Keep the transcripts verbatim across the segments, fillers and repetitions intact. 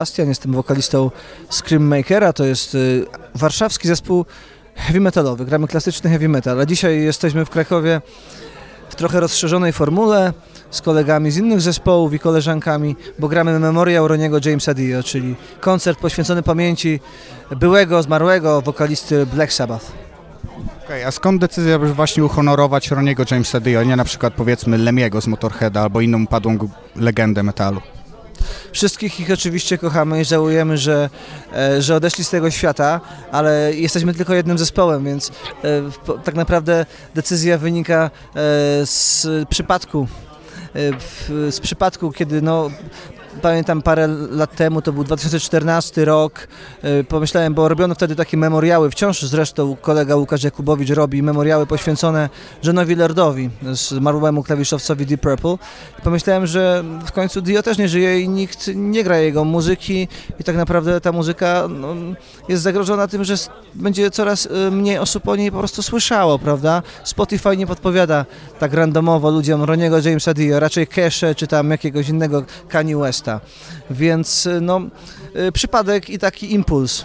Sebastian, jestem wokalistą Screammakera, to jest y, warszawski zespół heavy metalowy, gramy klasyczny heavy metal, a dzisiaj jesteśmy w Krakowie w trochę rozszerzonej formule z kolegami z innych zespołów i koleżankami, bo gramy memoriał Roniego Jamesa Dio, czyli koncert poświęcony pamięci byłego, zmarłego wokalisty Black Sabbath. Okay, a skąd decyzja, by właśnie uhonorować Roniego Jamesa Dio, nie na przykład powiedzmy Lemiego z Motorheada albo inną upadłą legendę metalu? Wszystkich ich oczywiście kochamy i żałujemy, że, że odeszli z tego świata, ale jesteśmy tylko jednym zespołem, więc tak naprawdę decyzja wynika z przypadku, z przypadku, kiedy no, pamiętam parę lat temu, to był dwa tysiące czternasty rok, pomyślałem, bo robiono wtedy takie memoriały, wciąż zresztą kolega Łukasz Jakubowicz robi memoriały poświęcone Johnowi Lordowi, zmarłemu klawiszowcowi Deep Purple. Pomyślałem, że w końcu Dio też nie żyje i nikt nie gra jego muzyki i tak naprawdę ta muzyka no, jest zagrożona tym, że będzie coraz mniej osób o niej po prostu słyszało, prawda? Spotify nie podpowiada tak randomowo ludziom Roniego Jamesa Dio, raczej Keshe czy tam jakiegoś innego Kanye West. Więc no, przypadek i taki impuls.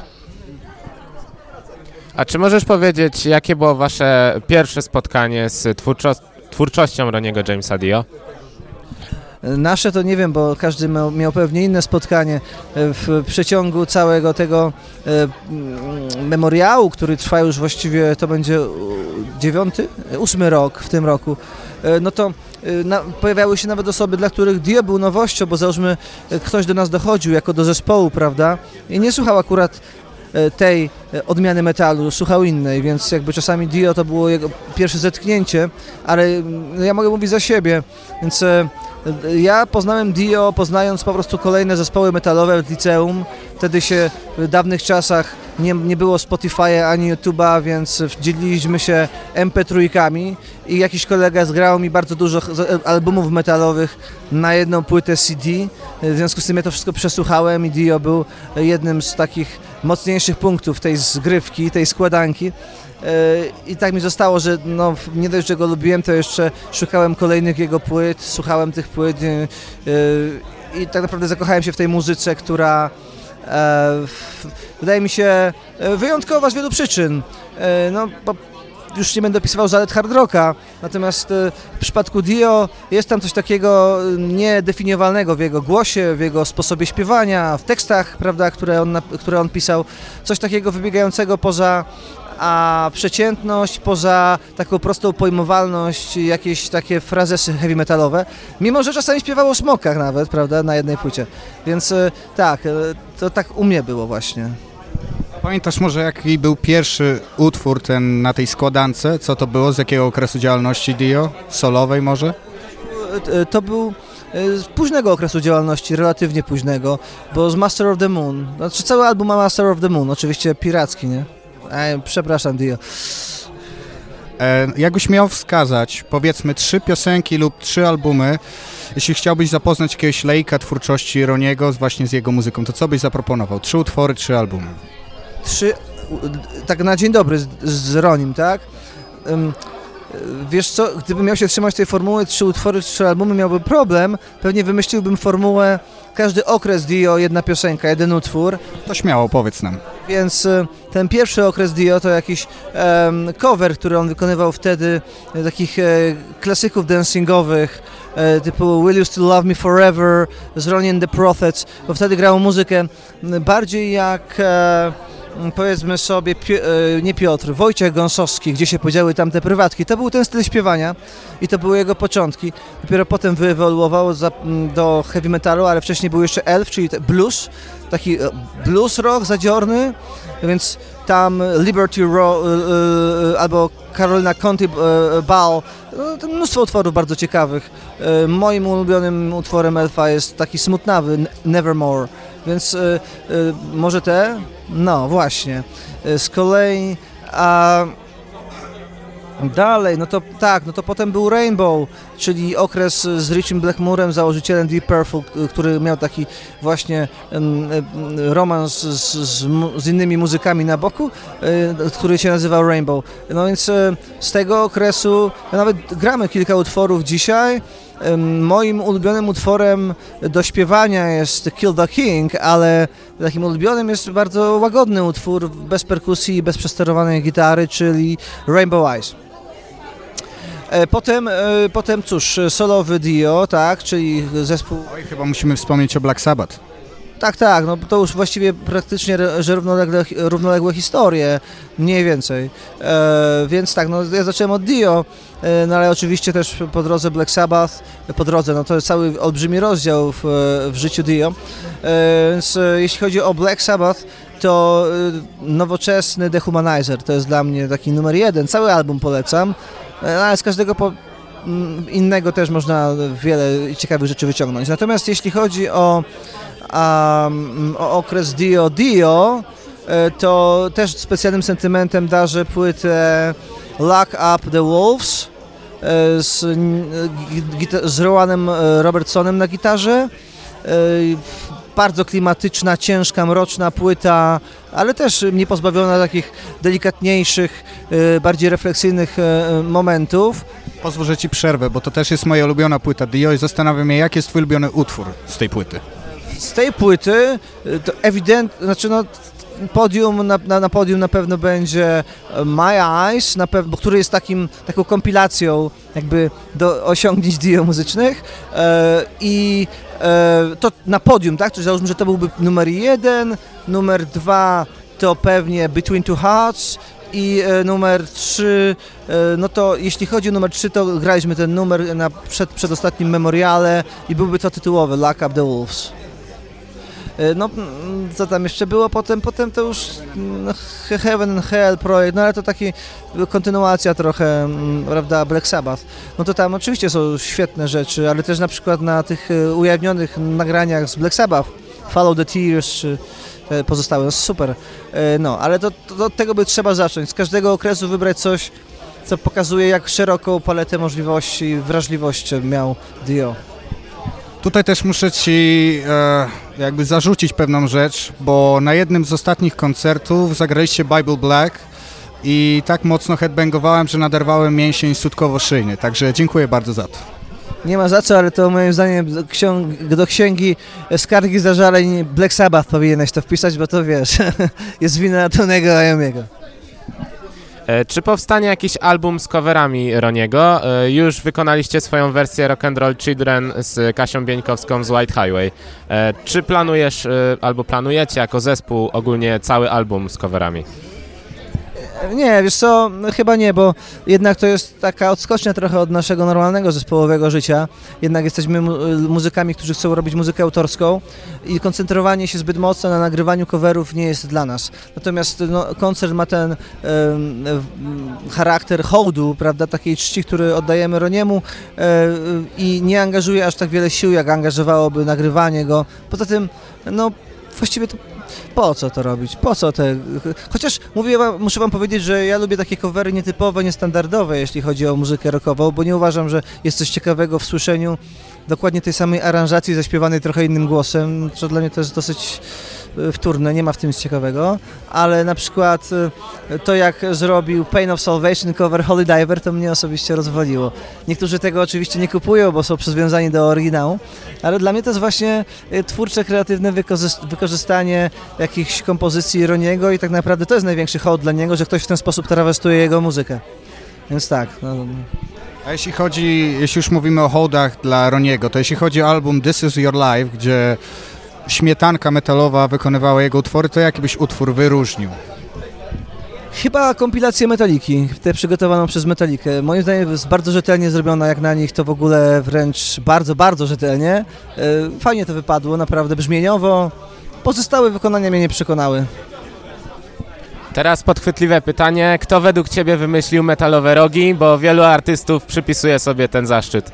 A czy możesz powiedzieć, jakie było wasze pierwsze spotkanie z twórczo twórczością Roniego Jamesa Dio? Nasze to nie wiem, bo każdy miał, miał pewnie inne spotkanie. W przeciągu całego tego e, memoriału, który trwa już właściwie, to będzie dziewiąty, ósmy rok w tym roku, e, no to e, na, pojawiały się nawet osoby, dla których Dio był nowością, bo załóżmy ktoś do nas dochodził jako do zespołu, prawda, i nie słuchał akurat tej odmiany metalu, słuchał innej, więc jakby czasami Dio to było jego pierwsze zetknięcie, ale ja mogę mówić za siebie, więc ja poznałem Dio, poznając po prostu kolejne zespoły metalowe w liceum. Wtedy się w dawnych czasach nie, nie było Spotify'a ani YouTube'a, więc dzieliliśmy się em pe trzy i jakiś kolega zgrał mi bardzo dużo albumów metalowych na jedną płytę C D. W związku z tym ja to wszystko przesłuchałem i Dio był jednym z takich mocniejszych punktów tej zgrywki, tej składanki. I tak mi zostało, że no, nie dość, że go lubiłem, to jeszcze szukałem kolejnych jego płyt, słuchałem tych płyt i tak naprawdę zakochałem się w tej muzyce, która wydaje mi się wyjątkowa z wielu przyczyn. No, bo już nie będę opisywał zalet hard rocka, natomiast w przypadku Dio jest tam coś takiego niedefiniowalnego w jego głosie, w jego sposobie śpiewania, w tekstach, prawda, które on, które on pisał, coś takiego wybiegającego poza a przeciętność, poza taką prostą pojmowalność, jakieś takie frazesy heavy metalowe, mimo że czasami śpiewał o smokach nawet, prawda, na jednej płycie. Więc tak, to tak u mnie było właśnie. Pamiętasz może, jaki był pierwszy utwór ten na tej składance? Co to było? Z jakiego okresu działalności Dio? Solowej może? To był z późnego okresu działalności, relatywnie późnego, bo z Master of the Moon. Znaczy cały album ma Master of the Moon, oczywiście piracki, nie? Ej, przepraszam, Dio. E, jakbyś miał wskazać, powiedzmy, trzy piosenki lub trzy albumy, jeśli chciałbyś zapoznać jakiegoś laika twórczości Roniego właśnie z jego muzyką, to co byś zaproponował? Trzy utwory, trzy albumy. Trzy, tak na dzień dobry z, z Ronim, tak? Um, wiesz co, gdybym miał się trzymać tej formuły, trzy utwory, trzy albumy, miałbym problem, pewnie wymyśliłbym formułę, każdy okres Dio, jedna piosenka, jeden utwór. To śmiało, powiedz nam. Więc ten pierwszy okres Dio to jakiś um, cover, który on wykonywał wtedy, takich e, klasyków dancingowych, e, typu Will You Still Love Me Forever, z Ronnie and the Prophets, bo wtedy grał muzykę bardziej jak, e, powiedzmy sobie, Pio, e, nie Piotr, Wojciech Gąsowski, gdzie się podziały tamte prywatki. To był ten styl śpiewania i to były jego początki. Dopiero potem wyewoluowało za, do heavy metalu, ale wcześniej był jeszcze Elf, czyli blues, taki blues rock zadziorny, więc tam Liberty Row y, y, albo Carolina Conti y, Ball, no, mnóstwo utworów bardzo ciekawych. Y, moim ulubionym utworem Elfa jest taki smutnawy, Nevermore, więc y, y, może te? No właśnie. Y, z kolei a dalej, no to tak, no to potem był Rainbow, czyli okres z Richiem Blackmurem, założycielem Deep Purple, który miał taki właśnie um, romans z, z, z innymi muzykami na boku, y, który się nazywał Rainbow. No więc y, z tego okresu, nawet gramy kilka utworów dzisiaj, Em, Moim ulubionym utworem do śpiewania jest Kill the King, ale takim ulubionym jest bardzo łagodny utwór bez perkusji i bez przesterowanej gitary, czyli Rainbow Eyes. E, Potem, e, potem cóż, solowy Dio, tak, czyli zespół... Oj, chyba musimy wspomnieć o Black Sabbath. Tak, tak, no to już właściwie praktycznie, że równolegle, równoległe historie, mniej więcej. E, więc tak, no ja zacząłem od Dio, e, no ale oczywiście też po drodze Black Sabbath, po drodze, no to jest cały olbrzymi rozdział w, w życiu Dio. E, więc e, jeśli chodzi o Black Sabbath, to e, nowoczesny Dehumanizer to jest dla mnie taki numer jeden, cały album polecam, e, ale z każdego po, m, innego też można wiele ciekawych rzeczy wyciągnąć. Natomiast jeśli chodzi o A, o okres Dio Dio, to też specjalnym sentymentem darzę płytę Lock Up the Wolves z, z Rowanem Robertsonem na gitarze. Bardzo klimatyczna, ciężka, mroczna płyta, ale też nie pozbawiona takich delikatniejszych, bardziej refleksyjnych momentów. Pozwól, że ci przerwę, bo to też jest moja ulubiona płyta Dio i zastanawiam się, jaki jest twój ulubiony utwór z tej płyty. Z tej płyty to ewidentnie, znaczy no podium, na, na, na podium na pewno będzie My Eyes, na pew- który jest takim, taką kompilacją jakby do osiągnięć Dio muzycznych e, i e, to na podium, tak, czyli załóżmy, że to byłby numer jeden, numer dwa to pewnie Between Two Hearts i e, numer trzy, e, no to jeśli chodzi o numer trzy, to graliśmy ten numer na przed, przedostatnim memoriale i byłby to tytułowy Lock Up the Wolves. No, co tam jeszcze było potem? Potem to już no, Heaven and Hell projekt, no ale to taki kontynuacja trochę, prawda, Black Sabbath. No to tam oczywiście są świetne rzeczy, ale też na przykład na tych ujawnionych nagraniach z Black Sabbath, Follow the Tears, czy pozostałe, no super. No, ale to, to od tego by trzeba zacząć. Z każdego okresu wybrać coś, co pokazuje, jak szeroką paletę możliwości i wrażliwości miał Dio. Tutaj też muszę ci e, jakby zarzucić pewną rzecz, bo na jednym z ostatnich koncertów zagraliście Bible Black i tak mocno headbangowałem, że naderwałem mięsień sutkowo-szyjny, także dziękuję bardzo za to. Nie ma za co, ale to moim zdaniem do, ksiąg- do księgi skargi zażaleń Black Sabbath powinieneś to wpisać, bo to wiesz, jest wina Tonego Iommiego. Czy powstanie jakiś album z coverami Roniego? Już wykonaliście swoją wersję Rock and Roll Children z Kasią Bieńkowską z White Highway. Czy planujesz, albo planujecie jako zespół ogólnie cały album z coverami? Nie, wiesz co, chyba nie, bo jednak to jest taka odskocznia trochę od naszego normalnego zespołowego życia. Jednak jesteśmy mu- muzykami, którzy chcą robić muzykę autorską i koncentrowanie się zbyt mocno na nagrywaniu coverów nie jest dla nas. Natomiast no, koncert ma ten em, em, charakter hołdu, prawda, takiej czci, który oddajemy Roniemu e, i nie angażuje aż tak wiele sił, jak angażowałoby nagrywanie go. Poza tym, no właściwie to po co to robić? Po co te... Chociaż mówię wam, muszę wam powiedzieć, że ja lubię takie covery nietypowe, niestandardowe, jeśli chodzi o muzykę rockową, bo nie uważam, że jest coś ciekawego w słyszeniu dokładnie tej samej aranżacji zaśpiewanej trochę innym głosem, co dla mnie to jest dosyć wtórne, nie ma w tym nic ciekawego, ale na przykład to, jak zrobił Pain of Salvation cover Holy Diver, to mnie osobiście rozwaliło. Niektórzy tego oczywiście nie kupują, bo są przywiązani do oryginału, ale dla mnie to jest właśnie twórcze, kreatywne wykorzystanie jakichś kompozycji Roniego i tak naprawdę to jest największy hołd dla niego, że ktoś w ten sposób trawestuje jego muzykę. Więc tak. No. A jeśli chodzi, jeśli już mówimy o hołdach dla Roniego, to jeśli chodzi o album This Is Your Life, gdzie śmietanka metalowa wykonywała jego utwory, to jaki byś utwór wyróżnił? Chyba kompilację Metaliki, tę przygotowaną przez Metalikę. Moim zdaniem jest bardzo rzetelnie zrobiona, jak na nich to w ogóle wręcz bardzo, bardzo rzetelnie. Fajnie to wypadło, naprawdę brzmieniowo. Pozostałe wykonania mnie nie przekonały. Teraz podchwytliwe pytanie, kto według Ciebie wymyślił metalowe rogi, bo wielu artystów przypisuje sobie ten zaszczyt.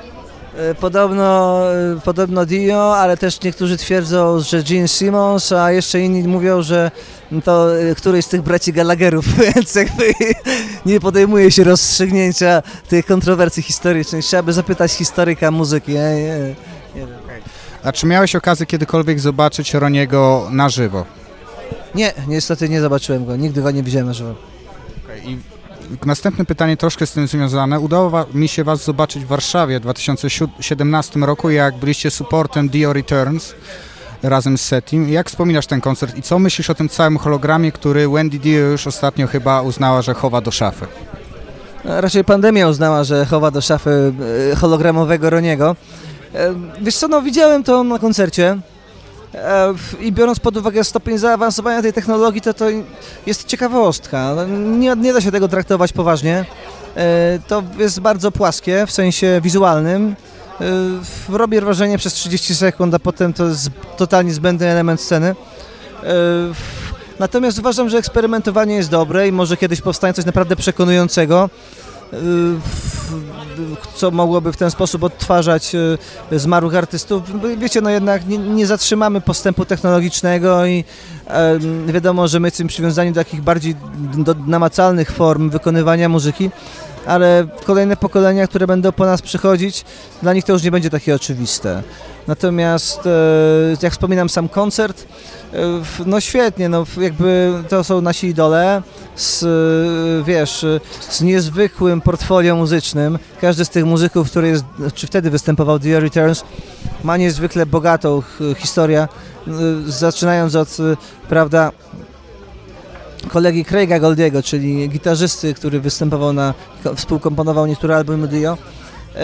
Podobno, podobno Dio, ale też niektórzy twierdzą, że Gene Simmons, a jeszcze inni mówią, że to któryś z tych braci Gallagherów, więc jakby nie podejmuje się rozstrzygnięcia tych kontrowersji historycznych. Trzeba by zapytać historyka muzyki. Nie, nie, nie wiem. A czy miałeś okazję kiedykolwiek zobaczyć Roniego na żywo? Nie, niestety nie zobaczyłem go, nigdy go nie widziałem na żywo. Okay. I Następne pytanie troszkę z tym związane. Udało wa- mi się Was zobaczyć w Warszawie w dwa tysiące siedemnastym roku, jak byliście supportem Dio Returns razem z Setim. Jak wspominasz ten koncert i co myślisz o tym całym hologramie, który Wendy Dio już ostatnio chyba uznała, że chowa do szafy? Raczej pandemia uznała, że chowa do szafy e, hologramowego Roniego. E, Wiesz co, no widziałem to na koncercie e, w- i biorąc pod uwagę stopień zaawansowania tej technologii, to to jest ciekawostka. No, Nie, nie da się tego traktować poważnie. E, To jest bardzo płaskie w sensie wizualnym. E, w- Robi wrażenie przez trzydzieści sekund, a potem to jest totalnie zbędny element sceny. E, w- Natomiast uważam, że eksperymentowanie jest dobre i może kiedyś powstanie coś naprawdę przekonującego, y, w- co mogłoby w ten sposób odtwarzać y, zmarłych artystów. Bo wiecie, no jednak nie, nie zatrzymamy postępu technologicznego i em, wiadomo, że my jesteśmy przywiązani do takich bardziej do namacalnych form wykonywania muzyki, ale kolejne pokolenia, które będą po nas przychodzić, dla nich to już nie będzie takie oczywiste. Natomiast, e, jak wspominam, sam koncert, e, w- no świetnie, no w- jakby to są nasi idole z, e, wiesz, e, z niezwykłym portfolio muzycznym. Każdy z tych muzyków, który jest, czy wtedy występował The Returns, ma niezwykle bogatą ch- historię, e, zaczynając od, e, prawda, kolegi Craiga Goldiego, czyli gitarzysty, który występował na, ko- współkomponował niektóre albumy Dio, e,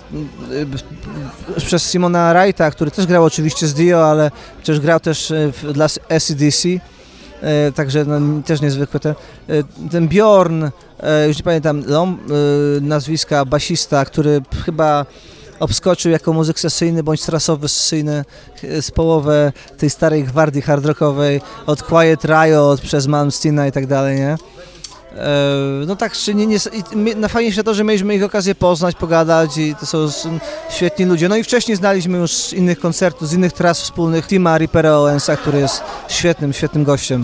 e, przez Simona Wrighta, który też grał oczywiście z Dio, ale przecież grał też e, w, dla A C D C, e, także no, też niezwykłe. Te, e, ten Bjorn, e, już nie pamiętam Lom, e, nazwiska, basista, który chyba obskoczył jako muzyk sesyjny bądź trasowy sesyjny e, z połowę tej starej gwardii hard rockowej, od Quiet Riot przez Malmsteena i tak dalej, nie? E, No tak, czy nie, nie, i my- na fajnie się to, że mieliśmy ich okazję poznać, pogadać i to są s- świetni ludzie. No i wcześniej znaliśmy już z innych koncertów, z innych tras wspólnych Tima Reapera Owensa, który jest świetnym, świetnym gościem.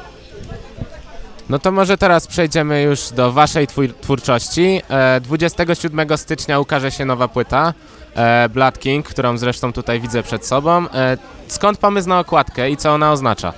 No to może teraz przejdziemy już do waszej twój- twórczości. E, dwudziestego siódmego stycznia ukaże się nowa płyta e, Blood King, którą zresztą tutaj widzę przed sobą. E, skąd pomysł na okładkę i co ona oznacza?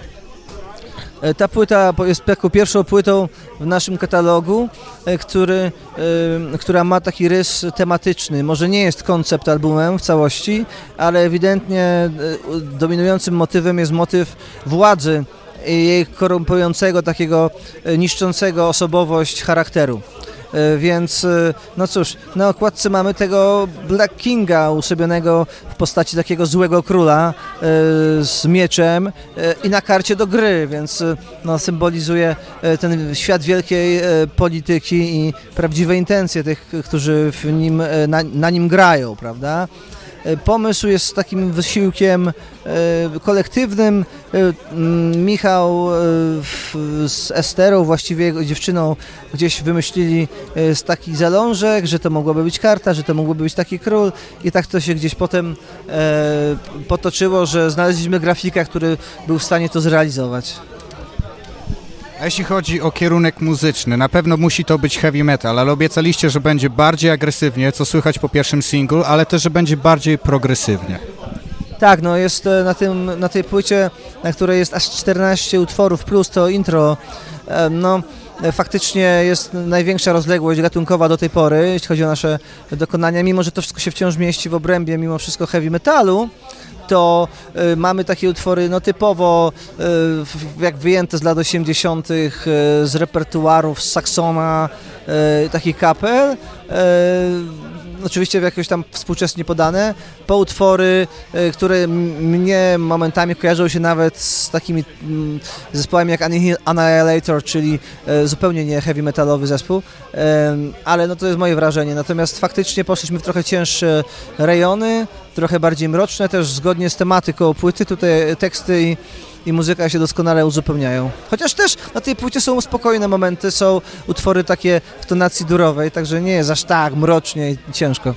E, Ta płyta po- jest taką pierwszą płytą w naszym katalogu, e, który, e, która ma taki rys tematyczny. Może nie jest koncept albumem w całości, ale ewidentnie e, u- dominującym motywem jest motyw władzy i jej korumpującego, takiego e, niszczącego osobowość charakteru. E, Więc, e, no cóż, na okładce mamy tego Black Kinga usłabionego w postaci takiego złego króla e, z mieczem e, i na karcie do gry, więc e, no, symbolizuje e, ten świat wielkiej e, polityki i prawdziwe intencje tych, którzy w nim, e, na, na nim grają, prawda? E, Pomysł jest takim wysiłkiem e, kolektywnym. E, m, Michał e, w, z Esterą, właściwie jego dziewczyną, gdzieś wymyślili e, z takich zalążek, że to mogłaby być karta, że to mógłby być taki król i tak to się gdzieś potem e, potoczyło, że znaleźliśmy grafika, który był w stanie to zrealizować. A jeśli chodzi o kierunek muzyczny, na pewno musi to być heavy metal, ale obiecaliście, że będzie bardziej agresywnie, co słychać po pierwszym singlu, ale też, że będzie bardziej progresywnie. Tak, no jest e, na, tym, na tej płycie, na której jest aż czternaście utworów plus to intro, e, no e, faktycznie jest największa rozległość gatunkowa do tej pory, jeśli chodzi o nasze dokonania, mimo że to wszystko się wciąż mieści w obrębie mimo wszystko heavy metalu, to y, mamy takie utwory no, typowo y, w- jak wyjęte z lat osiemdziesiątych y, z repertuarów z Saxona, y, takich kapel. y, Oczywiście jakoś tam współczesnie podane, po utwory, y, które m- mnie momentami kojarzą się nawet z takimi mm, zespołami jak Annihil- Annihilator, czyli y, zupełnie nie heavy metalowy zespół, Em, ale no to jest moje wrażenie. Natomiast faktycznie poszliśmy w trochę cięższe rejony, trochę bardziej mroczne, też zgodnie z tematyką płyty. Tutaj teksty i, i muzyka się doskonale uzupełniają. Chociaż też na tej płycie są spokojne momenty, są utwory takie w tonacji durowej, także nie jest aż tak mrocznie i ciężko.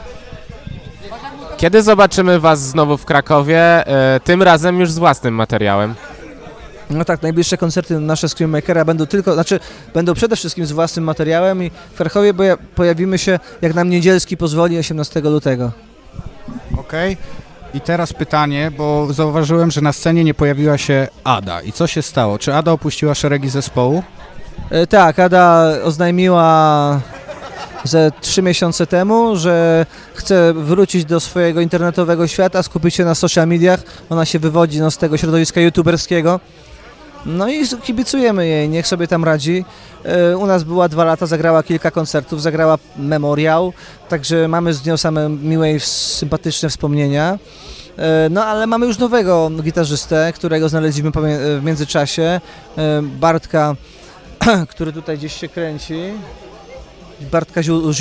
Kiedy zobaczymy was znowu w Krakowie, e, tym razem już z własnym materiałem? No tak, najbliższe koncerty nasze Screammakera będą tylko, znaczy będą przede wszystkim z własnym materiałem i w Krakowie boja- pojawimy się, jak nam Niedzielski pozwoli, osiemnastego lutego. Okej. I teraz pytanie, bo zauważyłem, że na scenie nie pojawiła się Ada. I co się stało? Czy Ada opuściła szeregi zespołu? E, tak, Ada oznajmiła ze trzy miesiące temu, że chce wrócić do swojego internetowego świata, skupić się na social mediach. Ona się wywodzi no, z tego środowiska youtuberskiego. No i kibicujemy jej, niech sobie tam radzi. E, u nas była dwa lata, zagrała kilka koncertów, zagrała memoriał, także mamy z nią same miłe i sympatyczne wspomnienia. E, no ale mamy już nowego gitarzystę, którego znaleźliśmy w międzyczasie, e, Bartka, który tutaj gdzieś się kręci. Bartka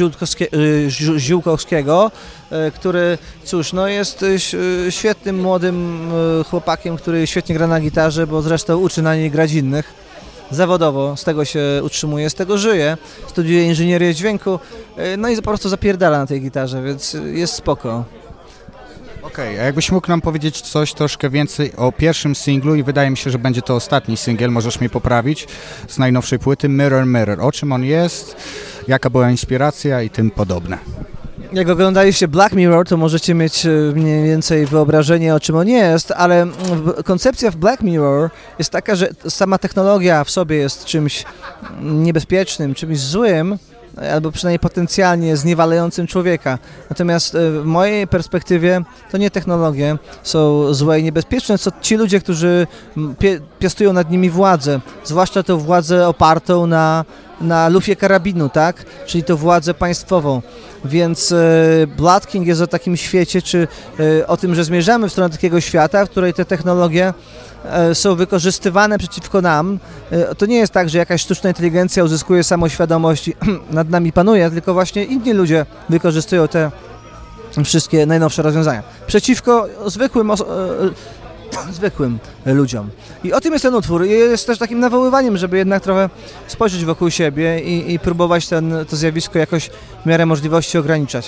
Ziółkowskiego, który, cóż, no jest świetnym, młodym chłopakiem, który świetnie gra na gitarze, bo zresztą uczy na niej grać innych. Zawodowo z tego się utrzymuje, z tego żyje, studiuje inżynierię dźwięku, no i po prostu zapierdala na tej gitarze, więc jest spoko. Okej, okay, a jakbyś mógł nam powiedzieć coś troszkę więcej o pierwszym singlu i wydaje mi się, że będzie to ostatni singiel, możesz mnie poprawić, z najnowszej płyty Mirror Mirror. O czym on jest, jaka była inspiracja i tym podobne. Jak oglądaliście Black Mirror, to możecie mieć mniej więcej wyobrażenie, o czym on jest, ale koncepcja w Black Mirror jest taka, że sama technologia w sobie jest czymś niebezpiecznym, czymś złym, albo przynajmniej potencjalnie zniewalającym człowieka. Natomiast w mojej perspektywie to nie technologie są złe i niebezpieczne, co ci ludzie, którzy pie, piastują nad nimi władzę, zwłaszcza tę władzę opartą na, na lufie karabinu, tak? Czyli tę władzę państwową. Więc e, Blood King jest o takim świecie, czy e, o tym, że zmierzamy w stronę takiego świata, w której te technologie e, są wykorzystywane przeciwko nam. E, to nie jest tak, że jakaś sztuczna inteligencja uzyskuje samoświadomość i nad nami panuje, tylko właśnie inni ludzie wykorzystują te wszystkie najnowsze rozwiązania przeciwko zwykłym e, zwykłym ludziom. I o tym jest ten utwór. I jest też takim nawoływaniem, żeby jednak trochę spojrzeć wokół siebie i, i próbować ten, to zjawisko jakoś w miarę możliwości ograniczać.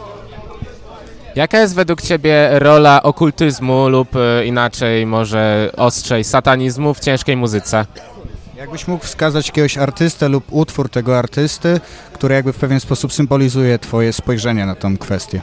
Jaka jest według Ciebie rola okultyzmu lub e, inaczej może ostrzej satanizmu w ciężkiej muzyce? Jakbyś mógł wskazać jakiegoś artystę lub utwór tego artysty, który jakby w pewien sposób symbolizuje Twoje spojrzenie na tą kwestię?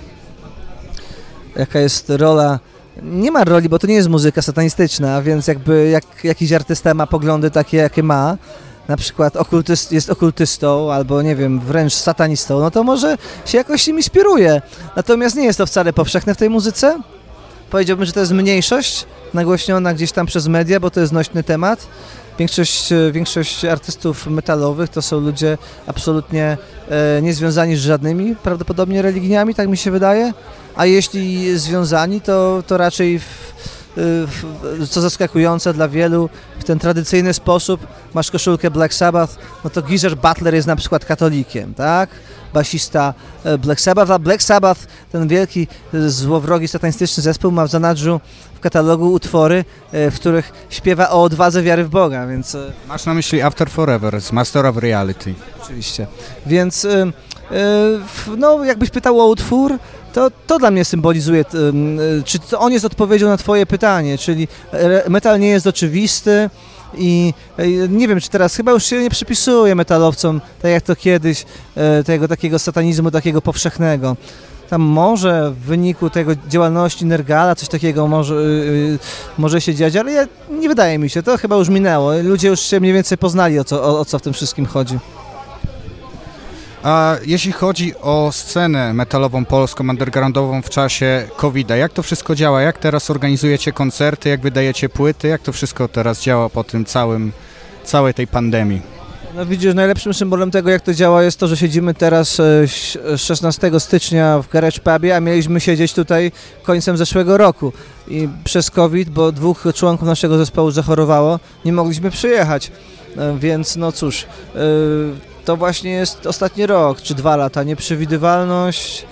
Jaka jest rola? Nie ma roli, bo to nie jest muzyka satanistyczna, więc jakby jak jakiś artysta ma poglądy takie, jakie ma, na przykład okultyst, jest okultystą albo nie wiem, wręcz satanistą, no to może się jakoś im inspiruje. Natomiast nie jest to wcale powszechne w tej muzyce. Powiedziałbym, że to jest mniejszość nagłośniona gdzieś tam przez media, bo to jest nośny temat. Większość, większość artystów metalowych to są ludzie absolutnie e, niezwiązani z żadnymi prawdopodobnie religiami, tak mi się wydaje. A jeśli związani, to, to raczej, w, w, co zaskakujące dla wielu, w ten tradycyjny sposób masz koszulkę Black Sabbath, no to Geezer Butler jest na przykład katolikiem, tak? Basista Black Sabbath, a Black Sabbath, ten wielki, złowrogi, satanistyczny zespół, ma w zanadrzu w katalogu utwory, w których śpiewa o odwadze wiary w Boga, więc... Masz na myśli After Forever z Master of Reality. Oczywiście. Więc, no, jakbyś pytał o utwór, to, to dla mnie symbolizuje, czy to on jest odpowiedzią na Twoje pytanie, czyli metal nie jest oczywisty i nie wiem, czy teraz chyba już się nie przypisuje metalowcom, tak jak to kiedyś, tego takiego satanizmu, takiego powszechnego. Tam może w wyniku tego działalności Nergala coś takiego może, może się dziać, ale ja, nie wydaje mi się, to chyba już minęło. Ludzie już się mniej więcej poznali, o co, o, o co w tym wszystkim chodzi. A jeśli chodzi o scenę metalową polską, undergroundową w czasie kowida, jak to wszystko działa? Jak teraz organizujecie koncerty, jak wydajecie płyty? Jak to wszystko teraz działa po tym całym, całej tej pandemii? No widzisz, najlepszym symbolem tego, jak to działa, jest to, że siedzimy teraz szesnastego stycznia w Garage Pubie, a mieliśmy siedzieć tutaj końcem zeszłego roku. I przez COVID, bo dwóch członków naszego zespołu zachorowało, nie mogliśmy przyjechać. Więc no cóż, to właśnie jest ostatni rok, czy dwa lata, nieprzewidywalność,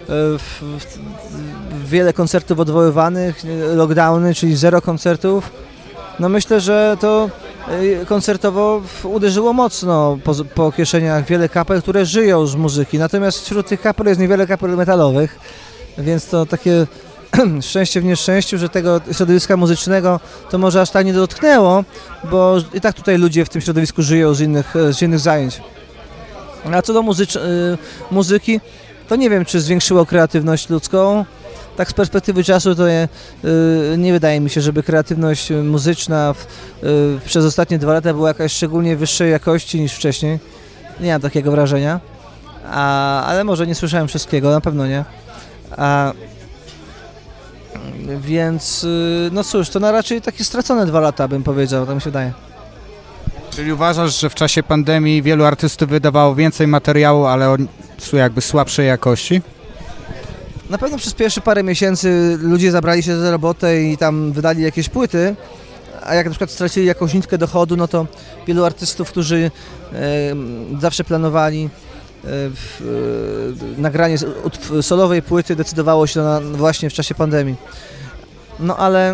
wiele koncertów odwoływanych, lockdowny, czyli zero koncertów. No myślę, że to koncertowo uderzyło mocno po, po kieszeniach wiele kapel, które żyją z muzyki. Natomiast wśród tych kapel jest niewiele kapel metalowych, więc to takie szczęście w nieszczęściu, że tego środowiska muzycznego to może aż tak nie dotknęło, bo i tak tutaj ludzie w tym środowisku żyją z innych, z innych zajęć. A co do muzycz- muzyki, to nie wiem, czy zwiększyło kreatywność ludzką. tak z perspektywy czasu to je, y, nie wydaje mi się, żeby kreatywność muzyczna w, y, przez ostatnie dwa lata była jakaś szczególnie wyższej jakości niż wcześniej. Nie mam takiego wrażenia, a, ale może nie słyszałem wszystkiego, na pewno nie. A, więc, y, no cóż, to na raczej takie stracone dwa lata, bym powiedział, tak mi się wydaje. Czyli uważasz, że w czasie pandemii wielu artystów wydawało więcej materiału, ale o jakby słabszej jakości? Na pewno przez pierwsze parę miesięcy ludzie zabrali się za robotę i tam wydali jakieś płyty, a jak na przykład stracili jakąś nitkę dochodu, no to wielu artystów, którzy e, zawsze planowali e, w, e, nagranie solowej płyty, decydowało się na, właśnie w czasie pandemii. No ale,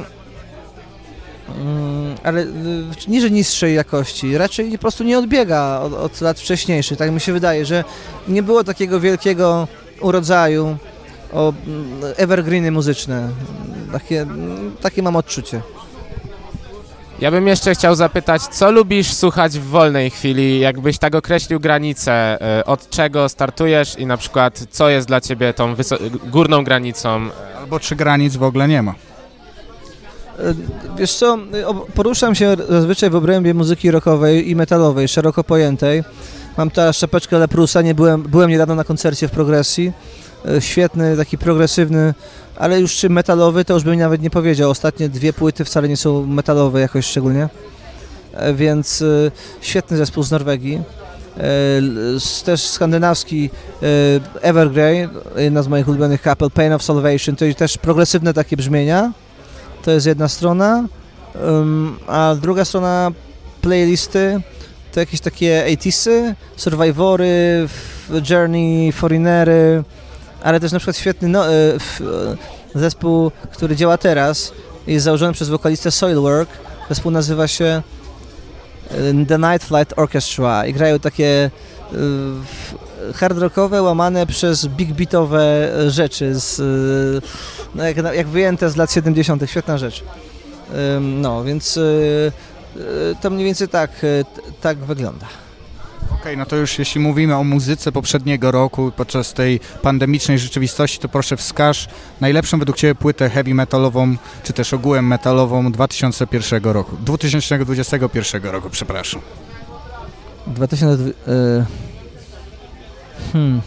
mm, ale niżej niższej jakości, raczej po prostu nie odbiega od, od lat wcześniejszych. Tak mi się wydaje, że nie było takiego wielkiego urodzaju, o evergreeny muzyczne. Takie, takie mam odczucie. Ja bym jeszcze chciał zapytać, co lubisz słuchać w wolnej chwili? Jakbyś tak określił granicę, y, od czego startujesz i na przykład co jest dla ciebie tą wyso- górną granicą? Albo czy granic w ogóle nie ma? Wiesz co, poruszam się zazwyczaj w obrębie muzyki rockowej i metalowej, szeroko pojętej. Mam teraz czapeczkę Leprusa, nie byłem, byłem niedawno na koncercie w Progresji. Świetny, taki progresywny, ale już czy metalowy, to już bym nawet nie powiedział. Ostatnie dwie płyty wcale nie są metalowe jakoś szczególnie. Więc świetny zespół z Norwegii. Też skandynawski Evergrey, jedna z moich ulubionych kapel, Pain of Salvation, to też progresywne takie brzmienia. To jest jedna strona, a druga strona playlisty to jakieś takie osiemdziesiąte, Survivory, Journey, Foreignery, ale też na przykład świetny no, zespół, który działa teraz, jest założony przez wokalistę Soilwork. Zespół nazywa się The Night Flight Orchestra i grają takie hard rockowe, łamane przez big beatowe rzeczy, z, no jak, jak wyjęte z lat siedemdziesiątych. Świetna rzecz. No, więc to mniej więcej tak, tak wygląda. Okej, okay, no to już jeśli mówimy o muzyce poprzedniego roku, podczas tej pandemicznej rzeczywistości, to proszę wskaż najlepszą według Ciebie płytę heavy metalową, czy też ogółem metalową dwa tysiące pierwszego roku, dwa tysiące dwudziestego pierwszego roku, przepraszam. dwa tysiące dwudziestego... Y- hmm.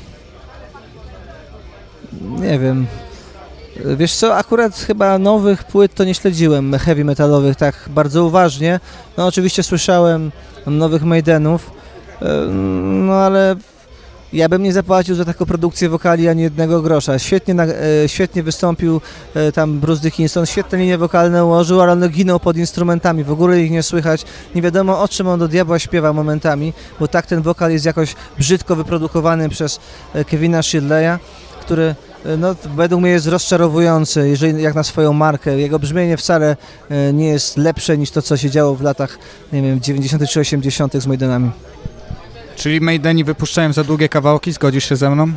Nie wiem. Wiesz co, akurat chyba nowych płyt to nie śledziłem, heavy metalowych tak bardzo uważnie. No oczywiście słyszałem nowych Maidenów, no ale ja bym nie zapłacił za taką produkcję wokali ani jednego grosza. Świetnie, świetnie wystąpił tam Bruce Dickinson, świetne linie wokalne ułożył, ale one giną pod instrumentami, w ogóle ich nie słychać. Nie wiadomo, o czym on do diabła śpiewa momentami, bo tak ten wokal jest jakoś brzydko wyprodukowany przez Kevina Shirleya, który no, według mnie jest rozczarowujący, jeżeli jak na swoją markę. Jego brzmienie wcale nie jest lepsze niż to, co się działo w latach, nie wiem, dziewięćdziesiątych czy osiemdziesiątych z Maidenami. Czyli Maideni wypuszczają za długie kawałki, zgodzisz się ze mną?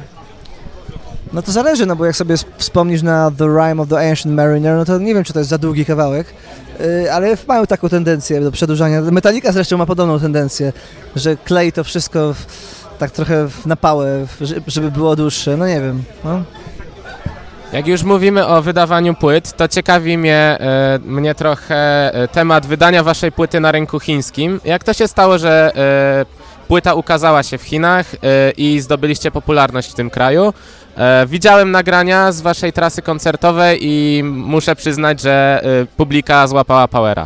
No to zależy, no bo jak sobie wspomnisz na The Rime of the Ancient Mariner, no to nie wiem, czy to jest za długi kawałek, yy, ale mają taką tendencję do przedłużania. Metallica zresztą ma podobną tendencję, że klei to wszystko w, tak trochę na pałę, żeby było dłuższe, no nie wiem. No. Jak już mówimy o wydawaniu płyt, to ciekawi mnie, e, mnie trochę e, temat wydania waszej płyty na rynku chińskim. Jak to się stało, że e, płyta ukazała się w Chinach e, i zdobyliście popularność w tym kraju? E, widziałem nagrania z waszej trasy koncertowej i muszę przyznać, że e, publika złapała powera.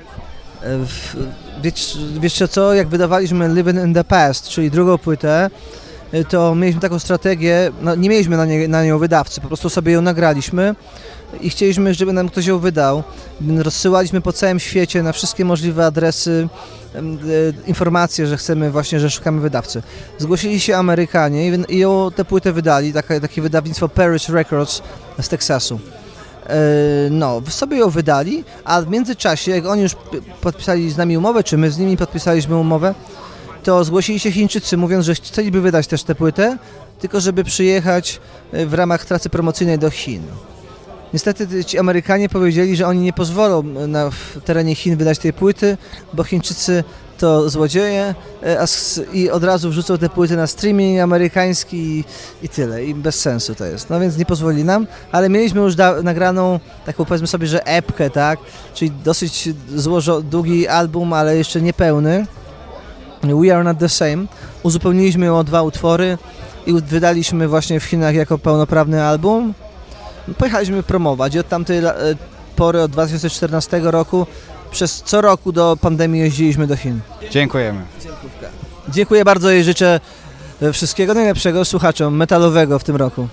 W, wiesz, wiesz co, jak wydawaliśmy Living in the Past, czyli drugą płytę, to mieliśmy taką strategię, no nie mieliśmy na, nie, na nią wydawcy, po prostu sobie ją nagraliśmy i chcieliśmy, żeby nam ktoś ją wydał. Rozsyłaliśmy po całym świecie na wszystkie możliwe adresy e, informacje, że chcemy właśnie, że szukamy wydawcy. Zgłosili się Amerykanie i, i ją tę płytę wydali, takie, takie wydawnictwo Paris Records z Teksasu. E, no, sobie ją wydali, a w międzyczasie, jak oni już podpisali z nami umowę, czy my z nimi podpisaliśmy umowę, to zgłosili się Chińczycy, mówiąc, że chcieliby wydać też tę płytę, tylko żeby przyjechać w ramach trasy promocyjnej do Chin. Niestety ci Amerykanie powiedzieli, że oni nie pozwolą na, w terenie Chin wydać tej płyty, bo Chińczycy to złodzieje e, a s, i od razu wrzucą te płyty na streaming amerykański i, i tyle. I bez sensu to jest. No więc nie pozwolili nam, ale mieliśmy już da, nagraną taką, powiedzmy sobie, że epkę, tak? Czyli dosyć złożo, długi album, ale jeszcze niepełny. We Are Not The Same. Uzupełniliśmy ją o dwa utwory i wydaliśmy właśnie w Chinach jako pełnoprawny album. Pojechaliśmy promować i od tamtej pory, od dwa tysiące czternastego roku, przez co roku do pandemii jeździliśmy do Chin. Dziękujemy. Dziękuję bardzo i życzę wszystkiego najlepszego słuchaczom metalowego w tym roku.